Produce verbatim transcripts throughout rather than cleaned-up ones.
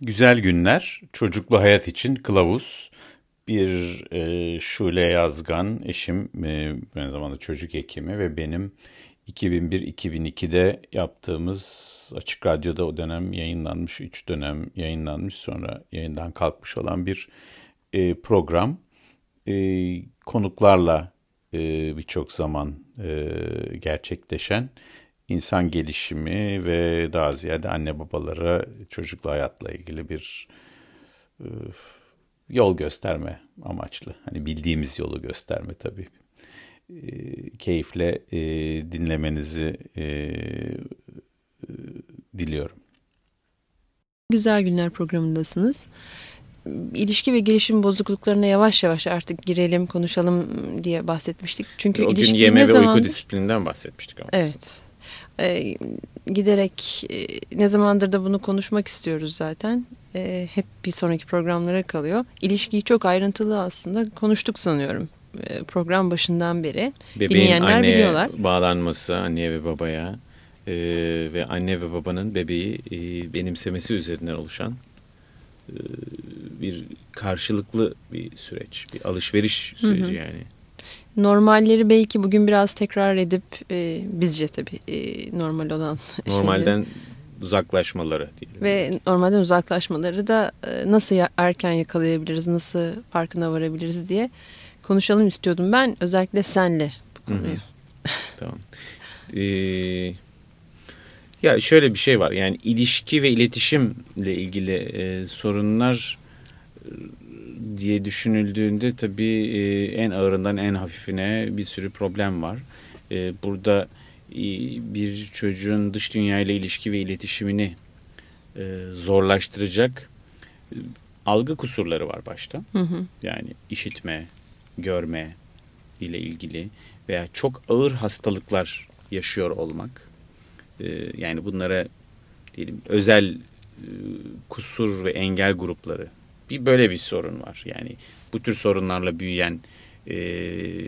Güzel Günler, Çocuklu Hayat için Kılavuz. Bir e, Şule Yazgan, eşim, e, aynı zamanda çocuk hekimi ve benim iki bin bir iki bin ikide yaptığımız Açık Radyo'da o dönem yayınlanmış, üç dönem yayınlanmış, sonra yayından kalkmış olan bir e, program. E, konuklarla e, birçok zaman e, gerçekleşen insan gelişimi ve daha ziyade anne babalara çocuklu hayatla ilgili bir e, yol gösterme amaçlı. Hani bildiğimiz yolu gösterme tabii. E, keyifle e, dinlemenizi e, e, diliyorum. Güzel Günler programındasınız. İlişki ve gelişim bozukluklarına yavaş yavaş artık girelim, konuşalım diye bahsetmiştik. Çünkü o ilişki gün yeme ne ve zaman... uyku disiplininden bahsetmiştik ama. Evet. Ee, giderek e, ne zamandır da bunu konuşmak istiyoruz zaten. E, hep bir sonraki programlara kalıyor. İlişkiyi çok ayrıntılı aslında konuştuk sanıyorum. E, program başından beri. Bebeğin Dinleyenler anneye biliyorlar. bağlanması, anneye ve babaya e, ve anne ve babanın bebeği e, benimsemesi üzerinden oluşan e, bir karşılıklı bir süreç, bir alışveriş süreci, hı hı. yani. Normalleri belki bugün biraz tekrar edip e, bizce tabii e, normal olan normalden şeyleri. uzaklaşmaları diyelim. Ve normalden uzaklaşmaları da e, nasıl erken yakalayabiliriz, nasıl farkına varabiliriz diye konuşalım istiyordum ben, özellikle senle bu konuyu. Hı hı. Tamam. Ee, ya şöyle bir şey var, yani ilişki ve iletişimle ilgili e, sorunlar e, diye düşünüldüğünde tabii e, en ağırından en hafifine bir sürü problem var. E, burada e, bir çocuğun dış dünyayla ilişki ve iletişimini e, zorlaştıracak e, algı kusurları var başta. Hı hı. Yani işitme, görme ile ilgili veya çok ağır hastalıklar yaşıyor olmak. E, yani bunlara diyelim özel e, kusur ve engel grupları. Bir böyle bir sorun var. Yani bu tür sorunlarla büyüyen e,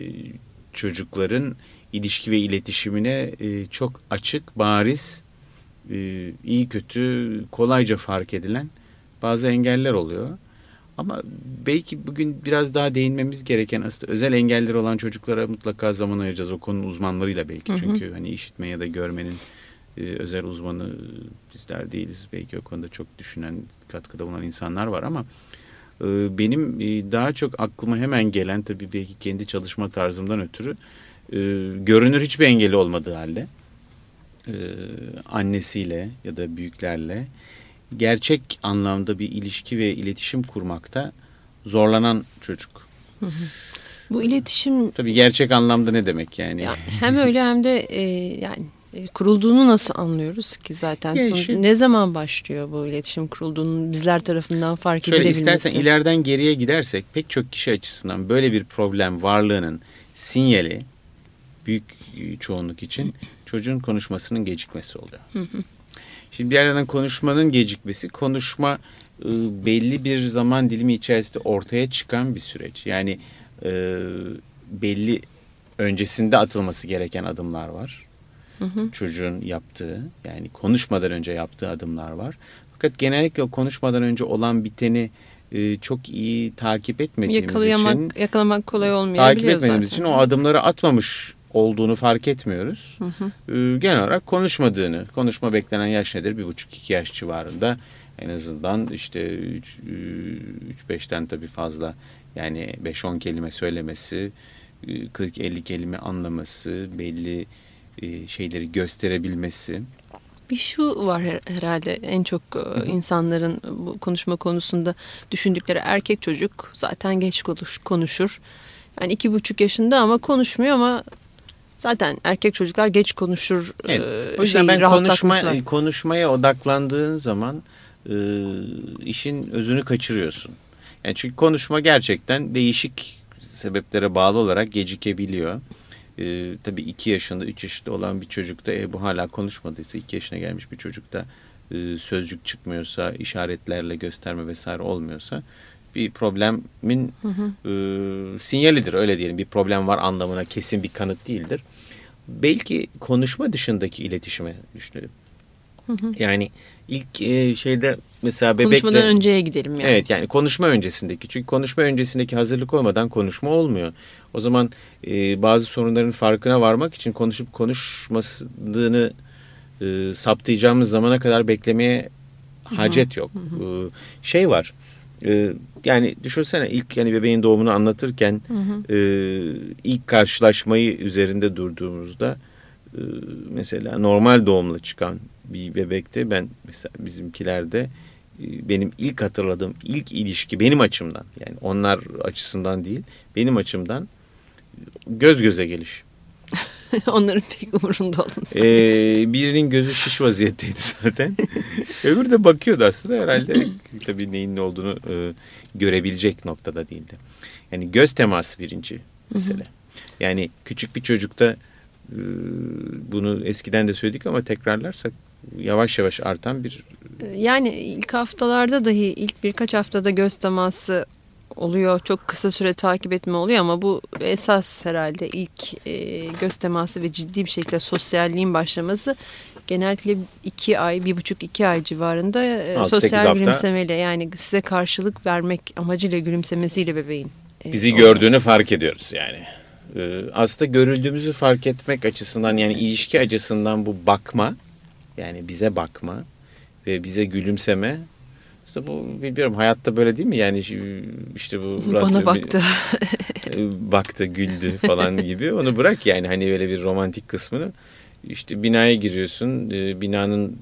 çocukların ilişki ve iletişimine e, çok açık, bariz, e, iyi kötü, kolayca fark edilen bazı engeller oluyor. Ama belki bugün biraz daha değinmemiz gereken aslında özel engelleri olan çocuklara mutlaka zaman ayıracağız. O konunun uzmanlarıyla belki. Hı hı. Çünkü hani işitme ya da görmenin e, özel uzmanı bizler değiliz. Belki o konuda çok düşünen, katkıda bulunan insanlar var ama e, benim e, daha çok aklıma hemen gelen, tabii belki kendi çalışma tarzımdan ötürü e, görünür hiçbir engeli olmadığı halde e, annesiyle ya da büyüklerle gerçek anlamda bir ilişki ve iletişim kurmakta zorlanan çocuk. Hı hı. Bu iletişim... Tabii gerçek anlamda ne demek yani? Ya, hem öyle hem de e, yani e, kurulduğunu nasıl anlıyoruz ki zaten? Yani Son, şu, ne zaman başlıyor bu iletişim kurulduğunun bizler tarafından fark şöyle edilebilmesi? İstersen ileriden geriye gidersek pek çok kişi açısından böyle bir problem varlığının sinyali büyük çoğunluk için çocuğun konuşmasının gecikmesi oluyor. Hı hı. Şimdi bir yerden konuşmanın gecikmesi, konuşma e, belli bir zaman dilimi içerisinde ortaya çıkan bir süreç. Yani e, belli öncesinde atılması gereken adımlar var. Hı hı. Çocuğun yaptığı, yani konuşmadan önce yaptığı adımlar var. Fakat genellikle o konuşmadan önce olan biteni e, çok iyi takip etmediğimiz Yakalayamak, için, yakalamak kolay olmayabiliyor takip etmediğimiz zaten. için o adımları atmamış olduğunu fark etmiyoruz. Hı hı. Ee, genel olarak konuşmadığını, konuşma beklenen yaş nedir? Bir buçuk iki yaş civarında en azından işte üç beşten tabii fazla, yani beş on kelime söylemesi, kırk elli kelime anlaması, belli şeyleri gösterebilmesi. Bir şu var herhalde en çok Hı-hı. insanların bu konuşma konusunda düşündükleri, erkek çocuk zaten geç konuşur. Yani iki buçuk yaşında ama konuşmuyor ama zaten erkek çocuklar geç konuşur. Evet. O yüzden ben konuşma, konuşmaya odaklandığın zaman e, işin özünü kaçırıyorsun. Yani çünkü konuşma gerçekten değişik sebeplere bağlı olarak gecikebiliyor. E, tabii iki yaşında, üç yaşında olan bir çocukta e, bu hala konuşmadıysa, iki yaşına gelmiş bir çocukta e, sözcük çıkmıyorsa, işaretlerle gösterme vesaire olmuyorsa bir problemin hı hı. E, sinyalidir, öyle diyelim. Bir problem var anlamına kesin bir kanıt değildir. Belki konuşma dışındaki iletişime düşünelim. Hı hı. Yani ilk e, şeyde mesela bebekle... Konuşmadan önceye gidelim yani. Evet, yani konuşma öncesindeki. Çünkü konuşma öncesindeki hazırlık olmadan konuşma olmuyor. O zaman e, bazı sorunların farkına varmak için konuşup konuşmasını e, saptayacağımız zamana kadar beklemeye hacet yok. Hı hı. E, şey var. E, yani düşünsene, ilk yani bebeğin doğumunu anlatırken hı hı. E, ilk karşılaşmayı üzerinde durduğumuzda e, mesela normal doğumla çıkan bir bebekte, ben mesela bizimkilerde benim ilk hatırladığım ilk ilişki benim açımdan, yani onlar açısından değil, benim açımdan göz göze geliş. Onların pek umurunda olduğunu ee, birinin gözü şiş vaziyetteydi zaten. Öbürü de bakıyordu aslında, herhalde tabii neyin ne olduğunu e, görebilecek noktada değildi. Yani göz teması birinci mesele. Hı hı. Yani küçük bir çocukta e, bunu eskiden de söyledik ama tekrarlarsak yavaş yavaş artan bir... Yani ilk haftalarda dahi, ilk birkaç haftada göz teması oluyor. Çok kısa süre takip etme oluyor ama bu esas herhalde ilk e, göz teması ve ciddi bir şekilde sosyalliğin başlaması genellikle iki ay, bir buçuk iki ay civarında e, sosyal gülümsemeyle, yani size karşılık vermek amacıyla gülümsemesiyle bebeğin. E, Bizi oluyor. Gördüğünü fark ediyoruz yani. Aslında görüldüğümüzü fark etmek açısından, yani ilişki açısından bu bakma, yani bize bakma ve bize gülümseme, işte bu bilmiyorum, hayatta böyle değil mi? Yani işte bu bana baktı. baktı, güldü falan gibi. Onu bırak yani, hani böyle bir romantik kısmını. İşte binaya giriyorsun, binanın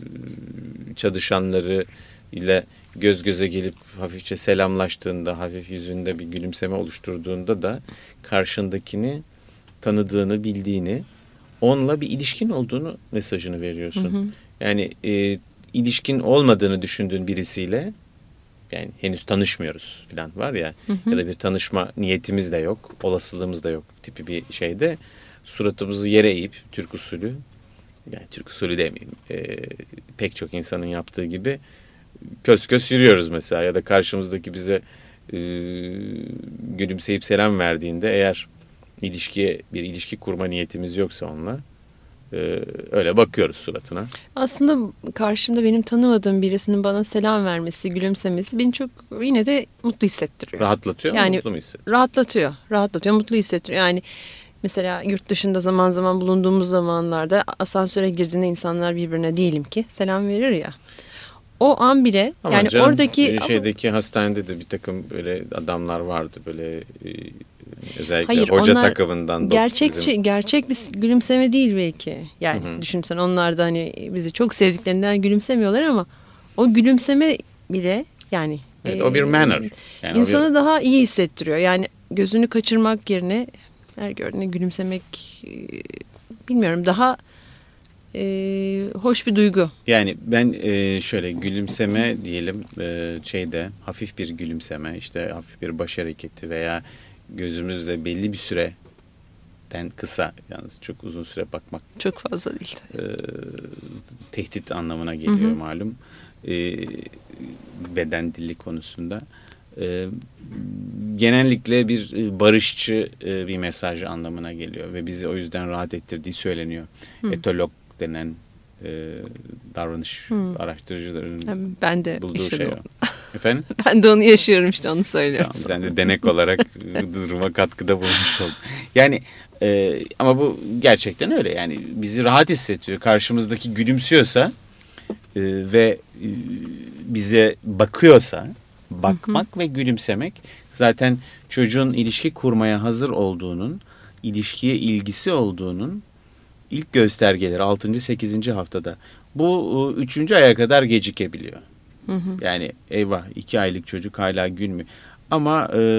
çalışanları ile göz göze gelip hafifçe selamlaştığında, hafif yüzünde bir gülümseme oluşturduğunda da karşındakini tanıdığını, bildiğini, onunla bir ilişkin olduğunu mesajını veriyorsun. Hı hı. Yani e, ilişkin olmadığını düşündüğün birisiyle, yani henüz tanışmıyoruz falan var ya, hı hı. ya da bir tanışma niyetimiz de yok, olasılığımız da yok tipi bir şeyde, suratımızı yere eğip Türk usulü, yani Türk usulü demeyeyim, e, pek çok insanın yaptığı gibi kös kös yürüyoruz mesela, ya da karşımızdaki bize e, gülümseyip selam verdiğinde, eğer ilişkiye bir ilişki kurma niyetimiz yoksa onunla, Ee, öyle bakıyoruz suratına. Aslında karşımda benim tanımadığım birisinin bana selam vermesi, gülümsemesi beni çok yine de mutlu hissettiriyor. Rahatlatıyor mu, yani, mutlu mu hissettiriyor? Rahatlatıyor, rahatlatıyor, mutlu hissettiriyor. Yani mesela yurt dışında zaman zaman bulunduğumuz zamanlarda asansöre girdiğinde insanlar birbirine diyelim ki selam verir ya. O an bile, ama yani canım, oradaki şeydeki ama, hastanede de bir takım böyle adamlar vardı, böyle özellikle hayır, hoca takımından. Gerçekçi, bizim... gerçek bir gülümseme değil belki. Yani hı hı. Düşünsen, onlar da hani bizi çok sevdiklerinden gülümsemiyorlar ama o gülümseme bile yani. Evet, e, o bir manner. Yani insanı bir... daha iyi hissettiriyor. Yani gözünü kaçırmak yerine her gördüğünde gülümsemek, bilmiyorum, daha e, hoş bir duygu. Yani ben e, şöyle gülümseme diyelim, e, şeyde hafif bir gülümseme, işte hafif bir baş hareketi veya gözümüzle belli bir süreden kısa, yalnız çok uzun süre bakmak çok fazla değil. E, tehdit anlamına geliyor, hı hı. malum. E, beden dili konusunda. E, genellikle bir barışçı e, bir mesaj anlamına geliyor ve bizi o yüzden rahat ettirdiği söyleniyor. Hı. Etolog denen e, davranış hmm. araştırıcıların ben de bulduğu şey o. Efendim? Ben de onu yaşıyorum, işte onu söylüyorum. Tamam, sen de denek olarak duruma katkıda bulmuş oldun. Yani e, ama bu gerçekten öyle. Yani bizi rahat hissettiriyor. Karşımızdaki gülümsüyorsa e, ve e, bize bakıyorsa, bakmak hı hı. ve gülümsemek zaten çocuğun ilişki kurmaya hazır olduğunun, ilişkiye ilgisi olduğunun İlk göstergeleri altıncı sekizinci haftada. Bu üçüncü aya kadar gecikebiliyor. Hı hı. Yani eyvah, iki aylık çocuk hala gülmüyor. Ama e,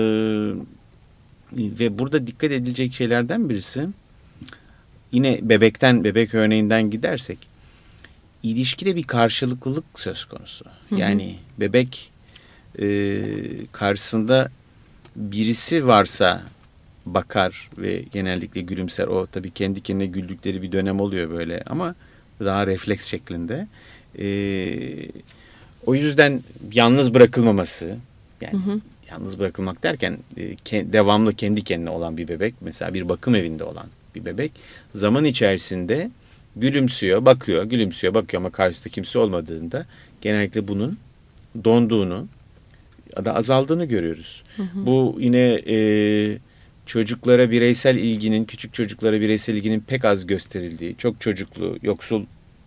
ve burada dikkat edilecek şeylerden birisi, yine bebekten, bebek örneğinden gidersek, ilişkide bir karşılıklılık söz konusu. Hı hı. Yani bebek e, karşısında birisi varsa bakar ve genellikle gülümser. O tabii kendi kendine güldükleri bir dönem oluyor böyle, ama daha refleks şeklinde. Ee, o yüzden yalnız bırakılmaması, yani hı hı. yalnız bırakılmak derken e, ke, devamlı kendi kendine olan bir bebek, mesela bir bakım evinde olan bir bebek, zaman içerisinde gülümsüyor, bakıyor, gülümsüyor, bakıyor ama karşısında kimse olmadığında genellikle bunun donduğunu ya da azaldığını görüyoruz. Hı hı. Bu yine e, çocuklara bireysel ilginin, küçük çocuklara bireysel ilginin pek az gösterildiği, çok çocuklu, yoksul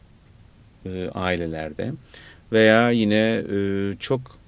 e, ailelerde veya yine e, çok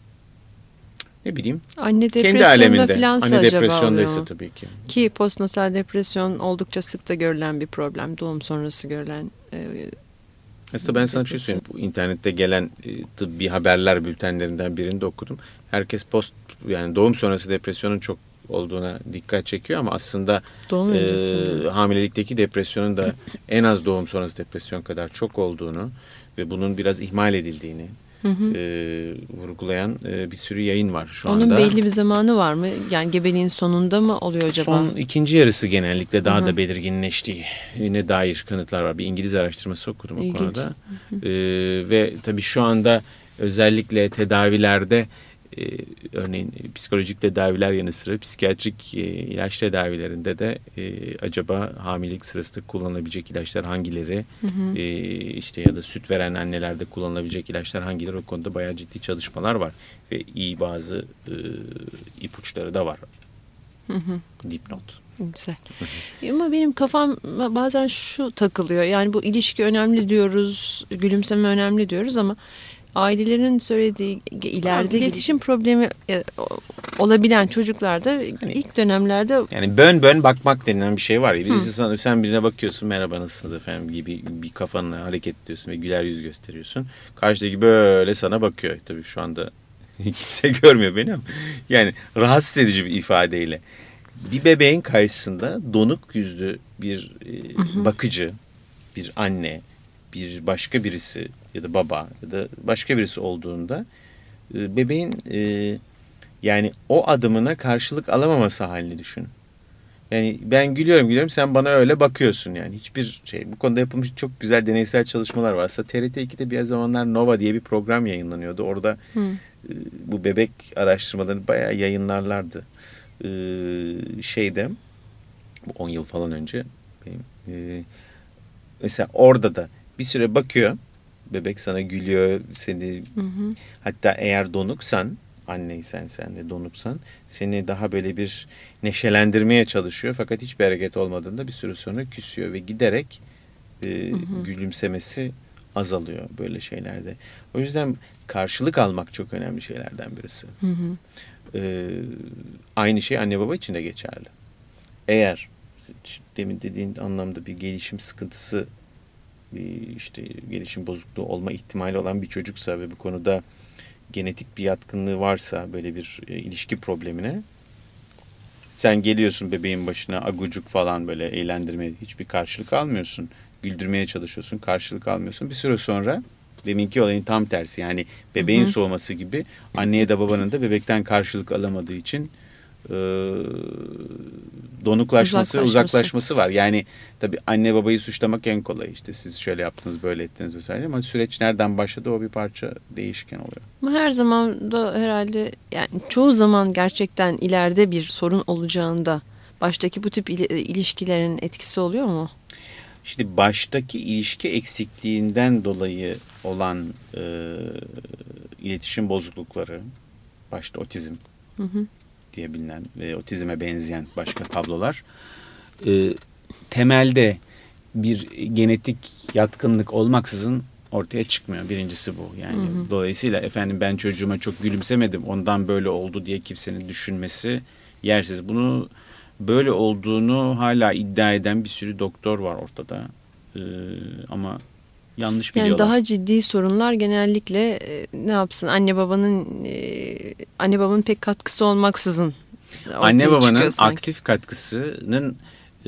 ne bileyim anne kendi aleminde. Falansa Anne acaba depresyondaysa tabii ki. Ki postnatal depresyon oldukça sık da görülen bir problem. Doğum sonrası görülen e, Aslında ben sana bir şey söyleyeyim. Bu internette gelen e, tıbbi haberler bültenlerinden birinde okudum. Herkes post yani doğum sonrası depresyonun çok olduğuna dikkat çekiyor ama aslında doğum e, hamilelikteki depresyonun da en az doğum sonrası depresyon kadar çok olduğunu ve bunun biraz ihmal edildiğini Hı hı. E, vurgulayan e, bir sürü yayın var şu Onun anda. Onun belli bir zamanı var mı? Yani gebeliğin sonunda mı oluyor acaba? Son ikinci yarısı genellikle daha hı hı. da belirginleştiğine dair kanıtlar var. Bir İngiliz araştırması okudum İlginç. o konuda. Hı hı. E, ve tabii şu anda özellikle tedavilerde e, örneğin psikolojik tedaviler yanı sıra psikiyatrik e, ilaç tedavilerinde de e, acaba hamilelik sırasında kullanılabilecek ilaçlar hangileri hı hı. E, işte ya da süt veren annelerde kullanılabilecek ilaçlar hangileri, o konuda bayağı ciddi çalışmalar var ve iyi bazı e, ipuçları da var. Hı hı. Dipnot. Güzel. Ama benim kafam bazen şu takılıyor. Yani bu ilişki önemli diyoruz, gülümseme önemli diyoruz ama ailelerin söylediği ileride iletişim problemi e, olabilen çocuklarda hani, ilk dönemlerde yani bön bön bakmak denilen bir şey var ya. Birisi sana, sen birine bakıyorsun, merhaba nasılsınız efendim gibi bir kafanla hareket ediyorsun ve güler yüz gösteriyorsun. Karşıdaki böyle sana bakıyor. Tabii şu anda kimse görmüyor beni ama yani rahatsız edici bir ifadeyle. Bir bebeğin karşısında donuk yüzlü bir e, bakıcı, bir anne, bir başka birisi ya da baba ya da başka birisi olduğunda e, bebeğin e, yani o adımına karşılık alamaması halini düşün. Yani ben gülüyorum gülüyorum, sen bana öyle bakıyorsun yani. Hiçbir şey. Bu konuda yapılmış çok güzel deneysel çalışmalar var. Aslında T R T ikide bir zamanlar Nova diye bir program yayınlanıyordu. Orada e, bu bebek araştırmalarını bayağı yayınlarlardı. E, şeyde bu on yıl falan önce benim, e, mesela orada da bir süre bakıyor. Bebek sana gülüyor, seni hı hı. hatta eğer donuksan, anneysen sen de donuksan seni daha böyle bir neşelendirmeye çalışıyor. Fakat hiçbir hareket olmadığında bir süre sonra küsüyor ve giderek e, hı hı. gülümsemesi azalıyor böyle şeylerde. O yüzden karşılık almak çok önemli şeylerden birisi. Hı hı. E, aynı şey anne baba için de geçerli. Eğer demin dediğin anlamda bir gelişim sıkıntısı, bir işte gelişim bozukluğu olma ihtimali olan bir çocuksa ve bu konuda genetik bir yatkınlığı varsa böyle bir e, ilişki problemine, sen geliyorsun bebeğin başına agucuk falan böyle eğlendirmeye, hiçbir karşılık almıyorsun. Güldürmeye çalışıyorsun, karşılık almıyorsun. Bir süre sonra deminki olayın tam tersi, yani bebeğin hı hı. soğuması gibi anneye de babanın da bebekten karşılık alamadığı için e, donuklaşması, uzaklaşması. uzaklaşması var. Yani tabii anne babayı suçlamak en kolay. İşte siz şöyle yaptınız, böyle ettiniz vesaire, ama süreç nereden başladı o bir parça değişken oluyor. Ama her zaman da herhalde, yani çoğu zaman gerçekten ileride bir sorun olacağında baştaki bu tip ilişkilerin etkisi oluyor mu? Şimdi baştaki ilişki eksikliğinden dolayı olan e, iletişim bozuklukları, başta otizm hı hı. diye bilinen ve otizme benzeyen başka tablolar e, temelde bir genetik yatkınlık olmaksızın ortaya çıkmıyor. Birincisi bu. Yani hı hı. dolayısıyla efendim ben çocuğuma çok gülümsemedim, ondan böyle oldu diye kimsenin düşünmesi yersiz. Bunu böyle olduğunu hala iddia eden bir sürü doktor var ortada. Ee, ama yanlış biliyorlar. Yani daha ciddi sorunlar genellikle e, ne yapsın, anne babanın e, anne babanın pek katkısı olmaksızın anne babanın aktif katkısının e,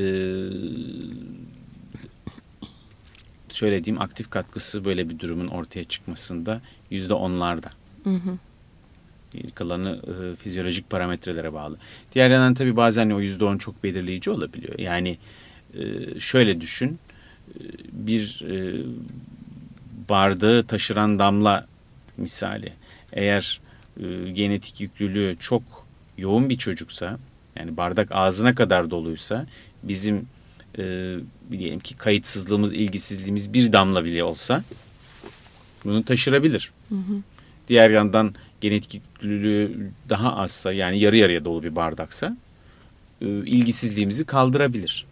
şöyle diyeyim, aktif katkısı böyle bir durumun ortaya çıkmasında yüzde onlarda. Hı hı. Kalanı e, fizyolojik parametrelere bağlı. Diğer yandan tabii bazen o yüzde on çok belirleyici olabiliyor. Yani e, şöyle düşün, e, bir e, bardağı taşıran damla misali. Eğer e, genetik yüklülüğü çok yoğun bir çocuksa, yani bardak ağzına kadar doluysa, bizim e, diyelim ki kayıtsızlığımız, ilgisizliğimiz bir damla bile olsa bunu taşırabilir. Hı hı. Diğer yandan genetikliliği daha azsa, yani yarı yarıya dolu bir bardaksa e, ilgisizliğimizi kaldırabilir.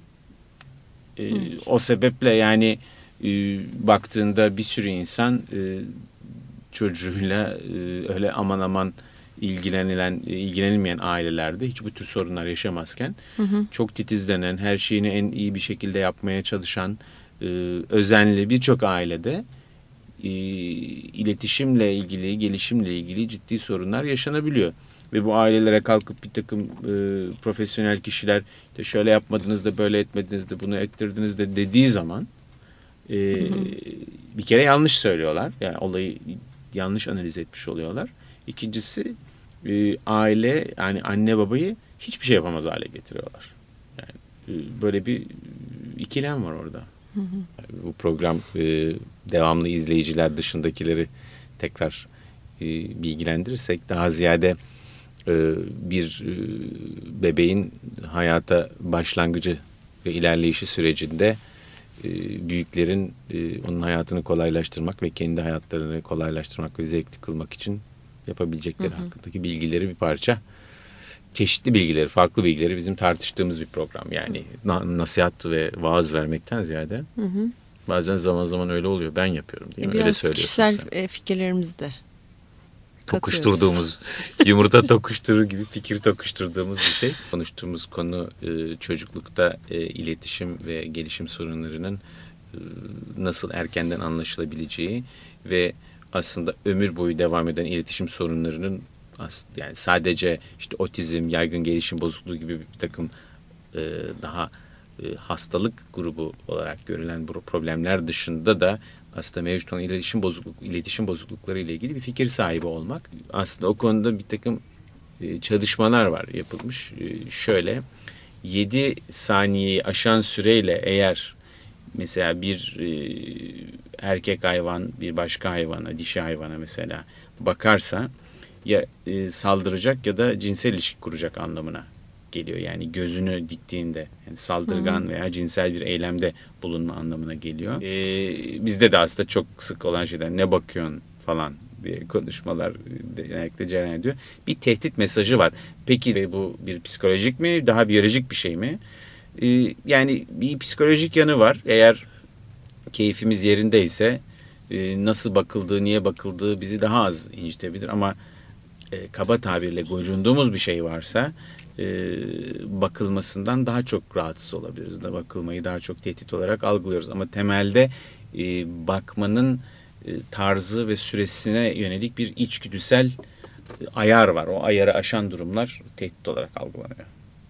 E, evet. O sebeple yani e, baktığında bir sürü insan e, çocuğuyla e, öyle aman aman ilgilenilen, ilgilenilmeyen ailelerde hiç bu tür sorunlar yaşamazken hı hı. çok titizlenen, her şeyini en iyi bir şekilde yapmaya çalışan, e, özenli birçok ailede e, iletişimle ilgili, gelişimle ilgili ciddi sorunlar yaşanabiliyor. Ve bu ailelere kalkıp bir takım e, profesyonel kişiler işte şöyle yapmadınız da böyle etmediniz de bunu ettirdiniz de dediği zaman e, hı hı. bir kere yanlış söylüyorlar. Yani olayı yanlış analiz etmiş oluyorlar. İkincisi e, aile, yani anne babayı hiçbir şey yapamaz hale getiriyorlar. Yani e, böyle bir ikilem var orada. Hı hı. Yani bu program e, devamlı izleyiciler dışındakileri tekrar e, bilgilendirirsek daha ziyade e, bir e, bebeğin hayata başlangıcı ve ilerleyişi sürecinde e, büyüklerin e, onun hayatını kolaylaştırmak ve kendi hayatlarını kolaylaştırmak ve zevkli kılmak için yapabilecekleri hı hı. hakkındaki bilgileri bir parça, çeşitli bilgileri, farklı bilgileri bizim tartıştığımız bir program. Yani na- nasihat ve vaaz vermekten ziyade hı hı. bazen zaman zaman öyle oluyor. Ben yapıyorum değil mi? Biraz öyle söylüyorsun kişisel sen. fikirlerimizi de tokuşturduğumuz, yumurta tokuşturur gibi fikir tokuşturduğumuz bir şey. Konuştuğumuz konu e, çocuklukta e, iletişim ve gelişim sorunlarının e, nasıl erkenden anlaşılabileceği ve aslında ömür boyu devam eden iletişim sorunlarının aslında yani sadece işte otizm, yaygın gelişim bozukluğu gibi bir takım e, daha e, hastalık grubu olarak görülen bu problemler dışında da aslında mevcut olan iletişim bozukluk, iletişim bozuklukları ile ilgili bir fikir sahibi olmak. Aslında o konuda bir takım e, çalışmalar var yapılmış. E, şöyle yedi saniyeyi aşan süreyle eğer mesela bir e, erkek hayvan bir başka hayvana, dişi hayvana mesela bakarsa ya e, saldıracak ya da cinsel ilişki kuracak anlamına geliyor. Yani gözünü diktiğinde yani saldırgan hmm. veya cinsel bir eylemde bulunma anlamına geliyor. Ee, bizde de aslında çok sık olan şeyler ne bakıyorsun falan diye konuşmalar genellikle cereyan ediyor. Bir tehdit mesajı var. Peki bu bir psikolojik mi, daha biyolojik bir şey mi? Ee, yani bir psikolojik yanı var. Eğer keyfimiz yerindeyse e, nasıl bakıldığı, niye bakıldığı bizi daha az incitebilir ama e, kaba tabirle gocunduğumuz bir şey varsa e, bakılmasından daha çok rahatsız olabiliriz. Da bakılmayı daha çok tehdit olarak algılıyoruz. Ama temelde e, bakmanın e, tarzı ve süresine yönelik bir içgüdüsel e, ayar var. O ayarı aşan durumlar tehdit olarak algılanıyor.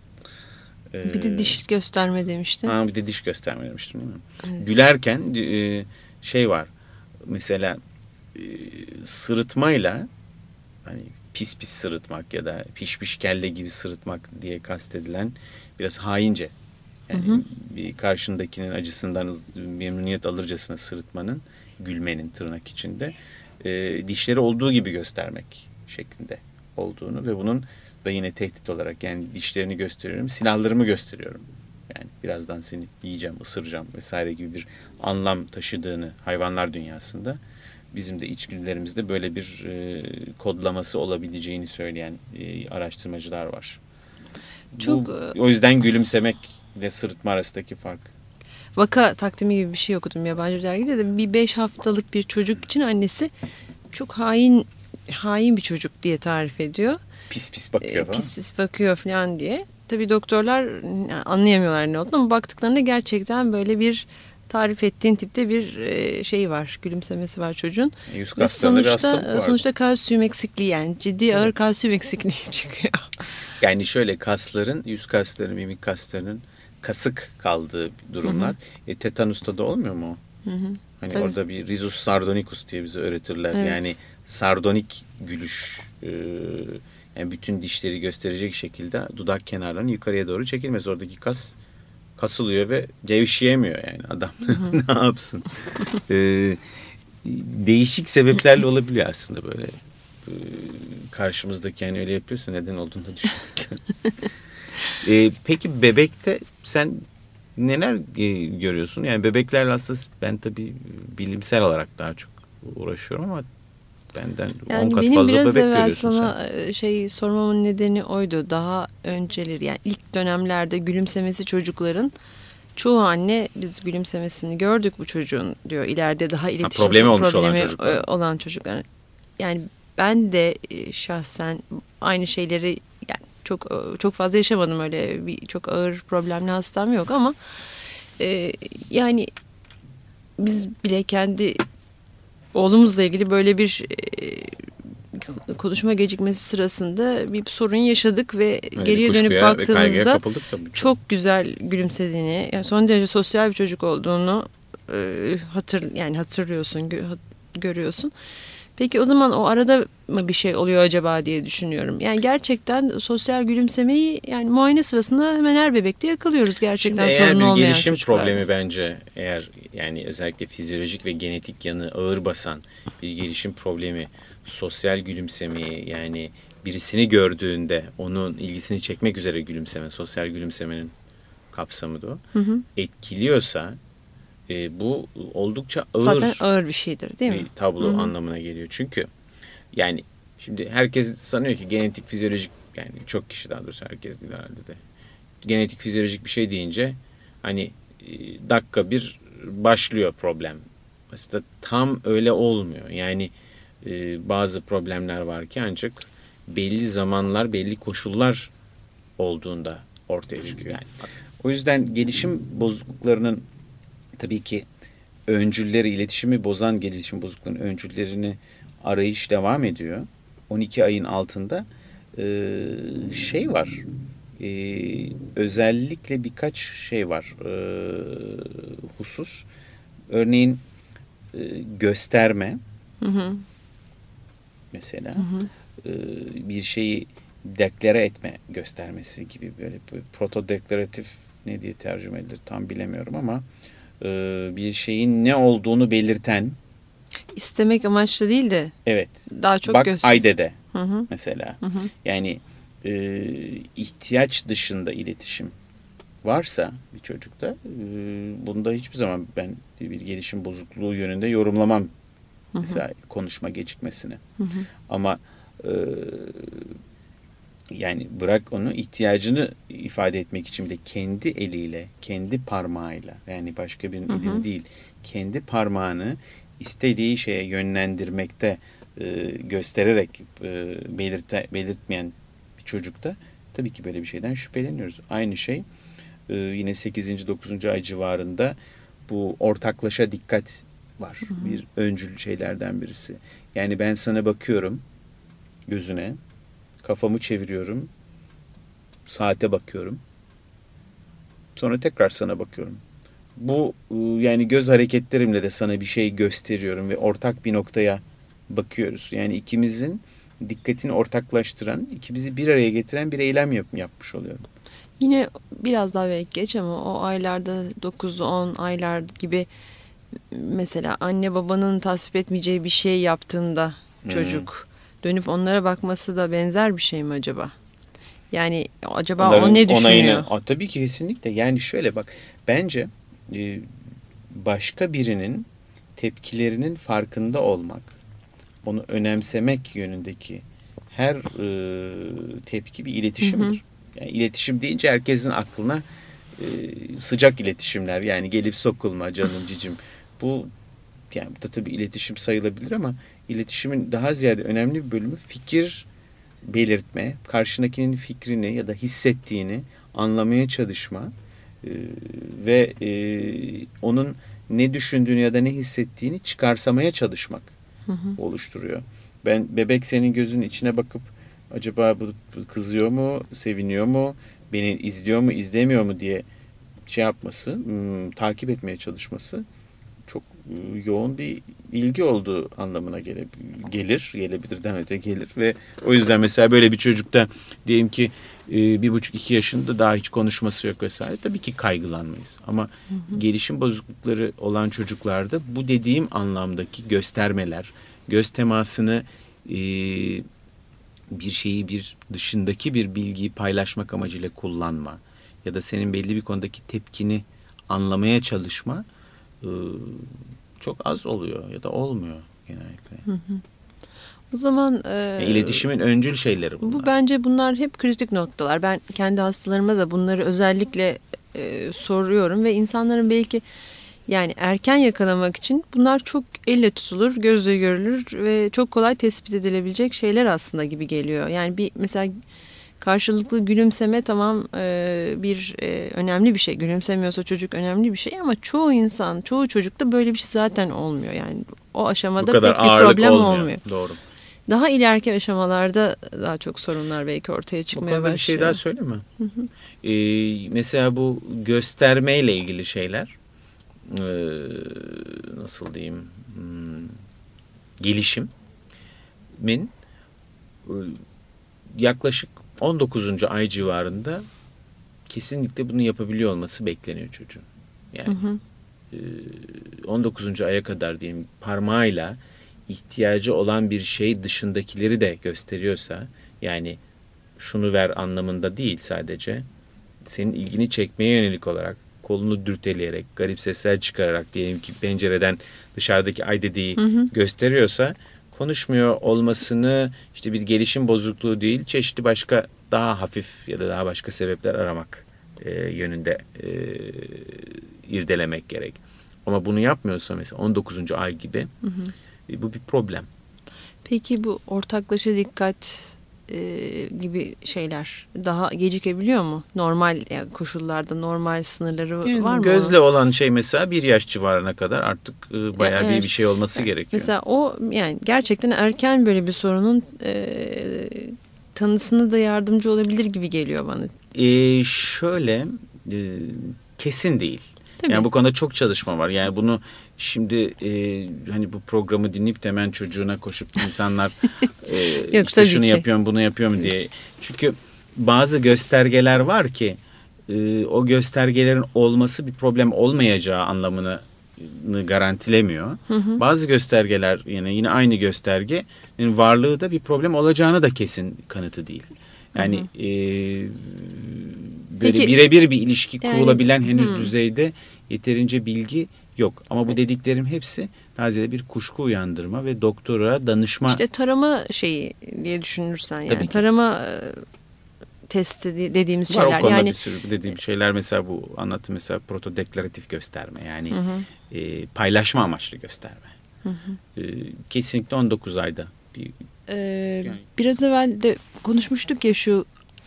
E, bir de diş gösterme demiştin. Ha, bir de diş gösterme demiştim değil mi? Evet. Gülerken e, şey var. Mesela e, sırıtmayla hani pis pis sırıtmak ya da piş piş kelle gibi sırıtmak diye kastedilen biraz haince. Yani hı hı. bir karşındakinin acısından memnuniyet alırcasına sırıtmanın, gülmenin tırnak içinde e, dişleri olduğu gibi göstermek şeklinde olduğunu ve bunun da yine tehdit olarak yani dişlerini gösteriyorum, silahlarımı gösteriyorum. Yani birazdan seni yiyeceğim, ısıracağım vesaire gibi bir anlam taşıdığını hayvanlar dünyasında bizim de içgüdülerimizde böyle bir e, kodlaması olabileceğini söyleyen e, araştırmacılar var. Çok, Bu, o yüzden gülümsemekle sırıtma arasındaki fark. Vaka takdimi gibi bir şey okudum yabancı bir dergide de bir beş haftalık bir çocuk için annesi çok hain hain bir çocuk diye tarif ediyor. Pis pis bakıyor falan. Pis pis bakıyor falan diye. Tabii doktorlar anlayamıyorlar ne olduğunu ama baktıklarında gerçekten böyle bir tarif ettiğin tipte bir şey var. Gülümsemesi var çocuğun. Yüz Ve sonuçta var. sonuçta kalsiyum eksikliği yani ciddi evet. ağır kalsiyum eksikliği çıkıyor. Yani şöyle kasların, yüz kaslarının, mimik kaslarının kasık kaldığı durumlar. Hı hı. E, tetanusta da olmuyor mu? Hı hı. Hani tabii. Orada bir rizus sardonicus diye bize öğretirler. Evet. Yani sardonik gülüş. E, yani bütün dişleri gösterecek şekilde dudak kenarlarının yukarıya doğru çekilmez. Oradaki kas kasılıyor ve gevşeyemiyor yani adam. Ne yapsın? Ee, değişik sebeplerle olabiliyor aslında böyle. Ee, karşımızdaki yani öyle yapıyorsa neden olduğunu da düşünmek. ee, peki bebekte sen neler e, görüyorsun? Yani bebeklerle aslında ben tabii bilimsel olarak daha çok uğraşıyorum ama benden yani on kat benim fazla biraz bebek evvel görüyorsun sana sen. şey sormamın nedeni oydu. Daha önceleri, yani ilk dönemlerde gülümsemesi çocukların, çoğu anne biz gülümsemesini gördük bu çocuğun diyor. İleride daha iletişim problemi olmuş olan problemi çocuklar. e, olan çocuklar. Yani ben de e, şahsen aynı şeyleri, yani çok e, çok fazla yaşamadım, öyle bir çok ağır problemli hastam yok ama e, yani biz bile kendi oğlumuzla ilgili böyle bir e, konuşma gecikmesi sırasında bir sorun yaşadık ve Öyle geriye bir dönüp kuşkuya ve kaygıya baktığımızda kapıldık tabii. Çok. çok güzel gülümsediğini, yani son derece sosyal bir çocuk olduğunu e, hatır yani hatırlıyorsun, gö, görüyorsun. Peki o zaman o arada mı bir şey oluyor acaba diye düşünüyorum. Yani gerçekten sosyal gülümsemeyi, yani muayene sırasında hemen her bebekte yakalıyoruz gerçekten. Şimdi eğer sorun bir olmayan gelişim çocuklarda. problemi, bence eğer yani özellikle fizyolojik ve genetik yanı ağır basan bir gelişim problemi, sosyal gülümsemeyi, yani birisini gördüğünde onun ilgisini çekmek üzere gülümseme, sosyal gülümsemenin kapsamı da o, Hı hı. etkiliyorsa e, bu oldukça ağır, Zaten ağır bir şeydir değil bir mi? tablo Hı hı. anlamına geliyor. Çünkü yani şimdi herkes sanıyor ki genetik fizyolojik, yani çok kişi, daha doğrusu herkes değil herhalde de, genetik fizyolojik bir şey deyince hani e, dakika bir başlıyor problem. Aslında tam öyle olmuyor. Yani e, bazı problemler var ki ancak belli zamanlar, belli koşullar olduğunda ortaya çıkıyor. Yani o yüzden gelişim bozukluklarının tabii ki öncülleri, iletişimi bozan gelişim bozukluklarının öncüllerini arayış devam ediyor. on iki ayın altında e, şey var. Ee, özellikle birkaç şey var, ee, husus. Örneğin e, gösterme, Hı hı. mesela Hı hı. ee, bir şeyi deklare etme göstermesi gibi, böyle proto-deklaratif ne diye tercüme edilir tam bilemiyorum ama ee, bir şeyin ne olduğunu belirten. İstemek amaçlı değil de Evet. daha çok Bak göster. Ayde'de Hı hı. mesela. Hı hı. Yani e, ihtiyaç dışında iletişim varsa bir çocukta, e, bunda hiçbir zaman ben bir gelişim bozukluğu yönünde yorumlamam. Hı hı. Mesela konuşma gecikmesini. Hı hı. Ama e, yani bırak onu, ihtiyacını ifade etmek için bile kendi eliyle, kendi parmağıyla, yani başka birinin Hı hı. elini değil, kendi parmağını istediği şeye yönlendirmekte e, göstererek e, belirte, belirtmeyen bir çocukta tabii ki böyle bir şeyden şüpheleniyoruz. Aynı şey e, yine sekizinci dokuzuncu ay civarında bu ortaklaşa dikkat var. Hı hı. Bir öncül şeylerden birisi. Yani ben sana bakıyorum gözüne, kafamı çeviriyorum, saate bakıyorum, sonra tekrar sana bakıyorum. Bu yani göz hareketlerimle de sana bir şey gösteriyorum ve ortak bir noktaya bakıyoruz. Yani ikimizin dikkatini ortaklaştıran, ikimizi bir araya getiren bir eylem yap, yapmış oluyorum. Yine biraz daha belki geç ama o aylarda, dokuz on aylar gibi, mesela anne babanın tasvip etmeyeceği bir şey yaptığında çocuk dönüp onlara bakması da benzer bir şey mi acaba? Yani acaba Onların o ne düşünüyor? onayını, a, tabii ki kesinlikle. Yani şöyle bak, bence e, başka birinin tepkilerinin farkında olmak, onu önemsemek yönündeki her e, tepki bir iletişimdir. Hı hı. Yani iletişim deyince herkesin aklına e, sıcak iletişimler, yani gelip sokulma, canım cicim. Bu yani bu da tabii iletişim sayılabilir ama iletişimin daha ziyade önemli bir bölümü fikir belirtme, karşındakinin fikrini ya da hissettiğini anlamaya çalışma e, ve e, onun ne düşündüğünü ya da ne hissettiğini çıkarsamaya çalışmak hı hı. oluşturuyor. Ben bebek senin gözünün içine bakıp acaba bu kızıyor mu, seviniyor mu, beni izliyor mu, izlemiyor mu diye şey yapması, ım, takip etmeye çalışması çok yoğun bir ilgi olduğu anlamına gele, gelir. Gelebilirden öte gelir ve o yüzden mesela böyle bir çocukta diyelim ki e, bir buçuk iki yaşında daha hiç konuşması yok vesaire. Tabii ki kaygılanmayız. Ama hı hı. gelişim bozuklukları olan çocuklarda bu dediğim anlamdaki göstermeler, göz temasını e, bir şeyi, bir dışındaki bir bilgiyi paylaşmak amacıyla kullanma ya da senin belli bir konudaki tepkini anlamaya çalışma e, çok az oluyor ya da olmuyor genellikle. Hı hı. O zaman e, yani iletişimin öncül şeyleri bunlar. Bu bence bunlar hep kritik noktalar. Ben kendi hastalarıma da bunları özellikle e, soruyorum ve insanların belki yani erken yakalamak için bunlar çok elle tutulur, gözle görülür ve çok kolay tespit edilebilecek şeyler aslında gibi geliyor. Yani bir mesela karşılıklı gülümseme tamam e, bir e, önemli bir şey. Gülümsemiyorsa çocuk önemli bir şey ama çoğu insan, çoğu çocukta böyle bir şey zaten olmuyor. Yani o aşamada pek bir problem olmuyor. olmuyor. Doğru. Daha ileriki aşamalarda daha çok sorunlar belki ortaya çıkmaya başlıyor. Bir şey daha söyleyeyim mi? Hı hı. Ee, mesela bu göstermeyle ilgili şeyler ee, nasıl diyeyim hmm, gelişimin e, yaklaşık on dokuzuncu ay civarında kesinlikle bunu yapabiliyor olması bekleniyor çocuğun. Yani hı hı. E, on dokuzuncu aya kadar diyeyim parmağıyla ihtiyacı olan bir şey dışındakileri de gösteriyorsa, yani şunu ver anlamında değil sadece, senin ilgini çekmeye yönelik olarak kolunu dürteleyerek, garip sesler çıkararak diyelim ki pencereden dışarıdaki ay dediği hı hı. gösteriyorsa, konuşmuyor olmasını işte bir gelişim bozukluğu değil, çeşitli başka daha hafif ya da daha başka sebepler aramak e, yönünde e, irdelemek gerek. Ama bunu yapmıyorsa mesela on dokuzuncu ay gibi hı hı. E, bu bir problem. Peki bu ortaklaşa dikkat e, gibi şeyler daha gecikebiliyor mu? Normal yani koşullarda normal sınırları yani var mı? Gözle olan şey mesela bir yaş civarına kadar artık e, bayağı yani, bir bir şey olması yani, gerekiyor. Mesela o yani gerçekten erken böyle bir sorunun e, tanısına da yardımcı olabilir gibi geliyor bana. E, şöyle e, kesin değil. Tabii. Yani bu konuda çok çalışma var. Yani bunu şimdi e, hani bu programı dinleyip de hemen çocuğuna koşup insanlar e, Yok, işte şunu ki. yapıyorum bunu yapıyorum diye. Ki. Çünkü bazı göstergeler var ki e, o göstergelerin olması bir problem olmayacağı anlamını garantilemiyor. Hı hı. Bazı göstergeler yine yine aynı göstergenin varlığı da bir problem olacağını da kesin kanıtı değil. Yani hı hı. E, böyle birebir bir ilişki yani, kurulabilen henüz hı. düzeyde yeterince bilgi yok. Ama bu dediklerim hepsi nazire bir kuşku uyandırma ve doktora danışma. İşte tarama şeyi diye düşünürsen yani tarama testi dediğimiz var şeyler. O konuda yani bir sürü dediğim şeyler mesela bu anlatı mesela protodeklaratif gösterme yani hı hı. E, paylaşma amaçlı gösterme. Hı hı. E, kesinlikle on dokuz ayda. Bir, ee, yani. Biraz evvel de konuşmuştuk ya şu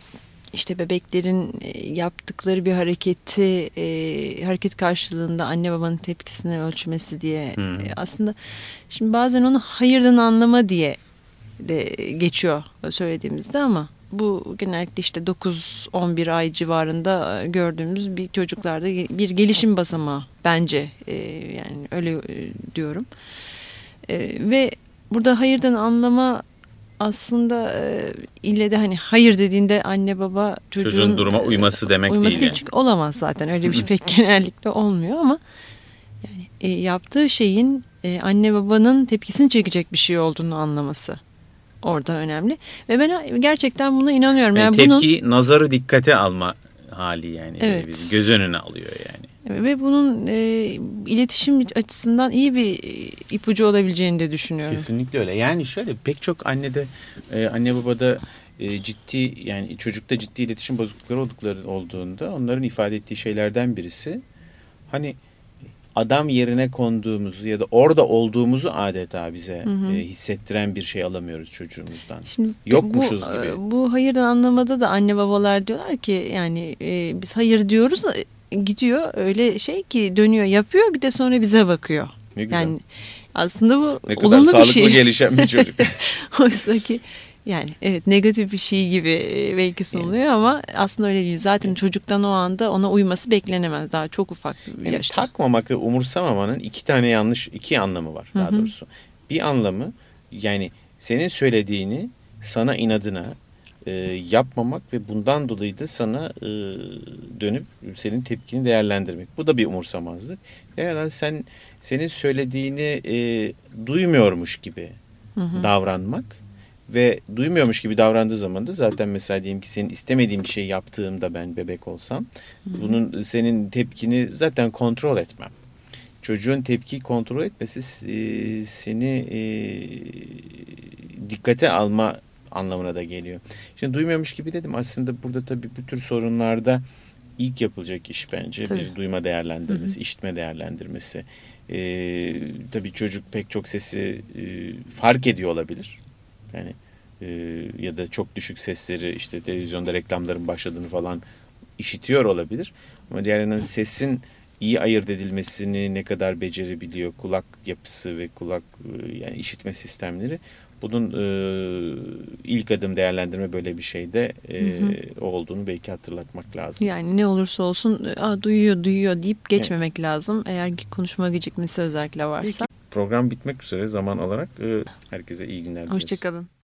İşte bebeklerin yaptıkları bir hareketi e, hareket karşılığında anne babanın tepkisini ölçmesi diye hmm. e, aslında şimdi bazen onu hayırdan anlama diye de geçiyor söylediğimizde ama bu genellikle işte dokuz on bir ay civarında gördüğümüz bir çocuklarda bir gelişim basamağı bence e, yani öyle e, diyorum e, ve burada hayırdan anlama aslında e, ille de hani hayır dediğinde anne baba çocuğun, çocuğun duruma uyması demek uyması değil. değil. Çünkü olamaz zaten öyle bir şey pek genellikle olmuyor ama yani e, yaptığı şeyin e, anne babanın tepkisini çekecek bir şey olduğunu anlaması orada önemli. Ve ben gerçekten buna inanıyorum. Yani, yani tepki, bunun, nazarı dikkate alma hali yani. Evet. Göz önüne alıyor yani. Ve bunun e, iletişim açısından iyi bir ipucu olabileceğini de düşünüyorum. Kesinlikle öyle. Yani şöyle pek çok annede, e, anne babada e, ciddi yani çocukta ciddi iletişim bozuklukları oldukları olduğunda onların ifade ettiği şeylerden birisi hani adam yerine konduğumuzu ya da orada olduğumuzu adeta bize hı hı. E, hissettiren bir şey alamıyoruz çocuğumuzdan. Şimdi yokmuşuz bu, gibi. Bu hayırdan anlamada da anne babalar diyorlar ki yani e, biz hayır diyoruz gidiyor öyle şey ki dönüyor yapıyor bir de sonra bize bakıyor. Ne güzel. Yani aslında bu ne kadar olumlu sağlıklı bir şey. gelişen bir çocuk. Oysa ki yani evet negatif bir şey gibi belki sunuluyor yani. Ama aslında öyle değil. Zaten yani. Çocuktan o anda ona uyması beklenemez. Daha çok ufak bir yani yaşta. Takmamak ve umursamamanın iki tane yanlış iki anlamı var daha Hı-hı. doğrusu. Bir anlamı yani senin söylediğini sana inadına e, yapmamak ve bundan dolayı da sana e, dönüp senin tepkini değerlendirmek. Bu da bir umursamazlık. Yani sen senin söylediğini e, duymuyormuş gibi Hı-hı. davranmak Ve duymuyormuş gibi davrandığı zaman da zaten mesela diyelim ki senin istemediğin bir şey yaptığımda ben bebek olsam Hı-hı. bunun senin tepkini zaten kontrol etmem. Çocuğun tepki kontrol etmesi e, seni e, dikkate alma anlamına da geliyor. Şimdi duymuyormuş gibi dedim. Aslında burada tabii bu tür sorunlarda ilk yapılacak iş bence tabii. bir duyma değerlendirmesi, Hı-hı. işitme değerlendirmesi. Ee, tabii çocuk pek çok sesi e, fark ediyor olabilir. Yani e, ya da çok düşük sesleri işte televizyonda reklamların başladığını falan işitiyor olabilir. Ama diğer yandan sesin iyi ayırt edilmesini ne kadar becerebiliyor, kulak yapısı ve kulak e, yani işitme sistemleri. Bunun e, ilk adım değerlendirme böyle bir şeyde e, hı hı. olduğunu belki hatırlatmak lazım. Yani ne olursa olsun Aa, duyuyor duyuyor deyip geçmemek evet. lazım. Eğer konuşma gecikmesi özellikle varsa. Peki, program bitmek üzere zaman olarak e, herkese iyi günler dileriz. Hoşçakalın.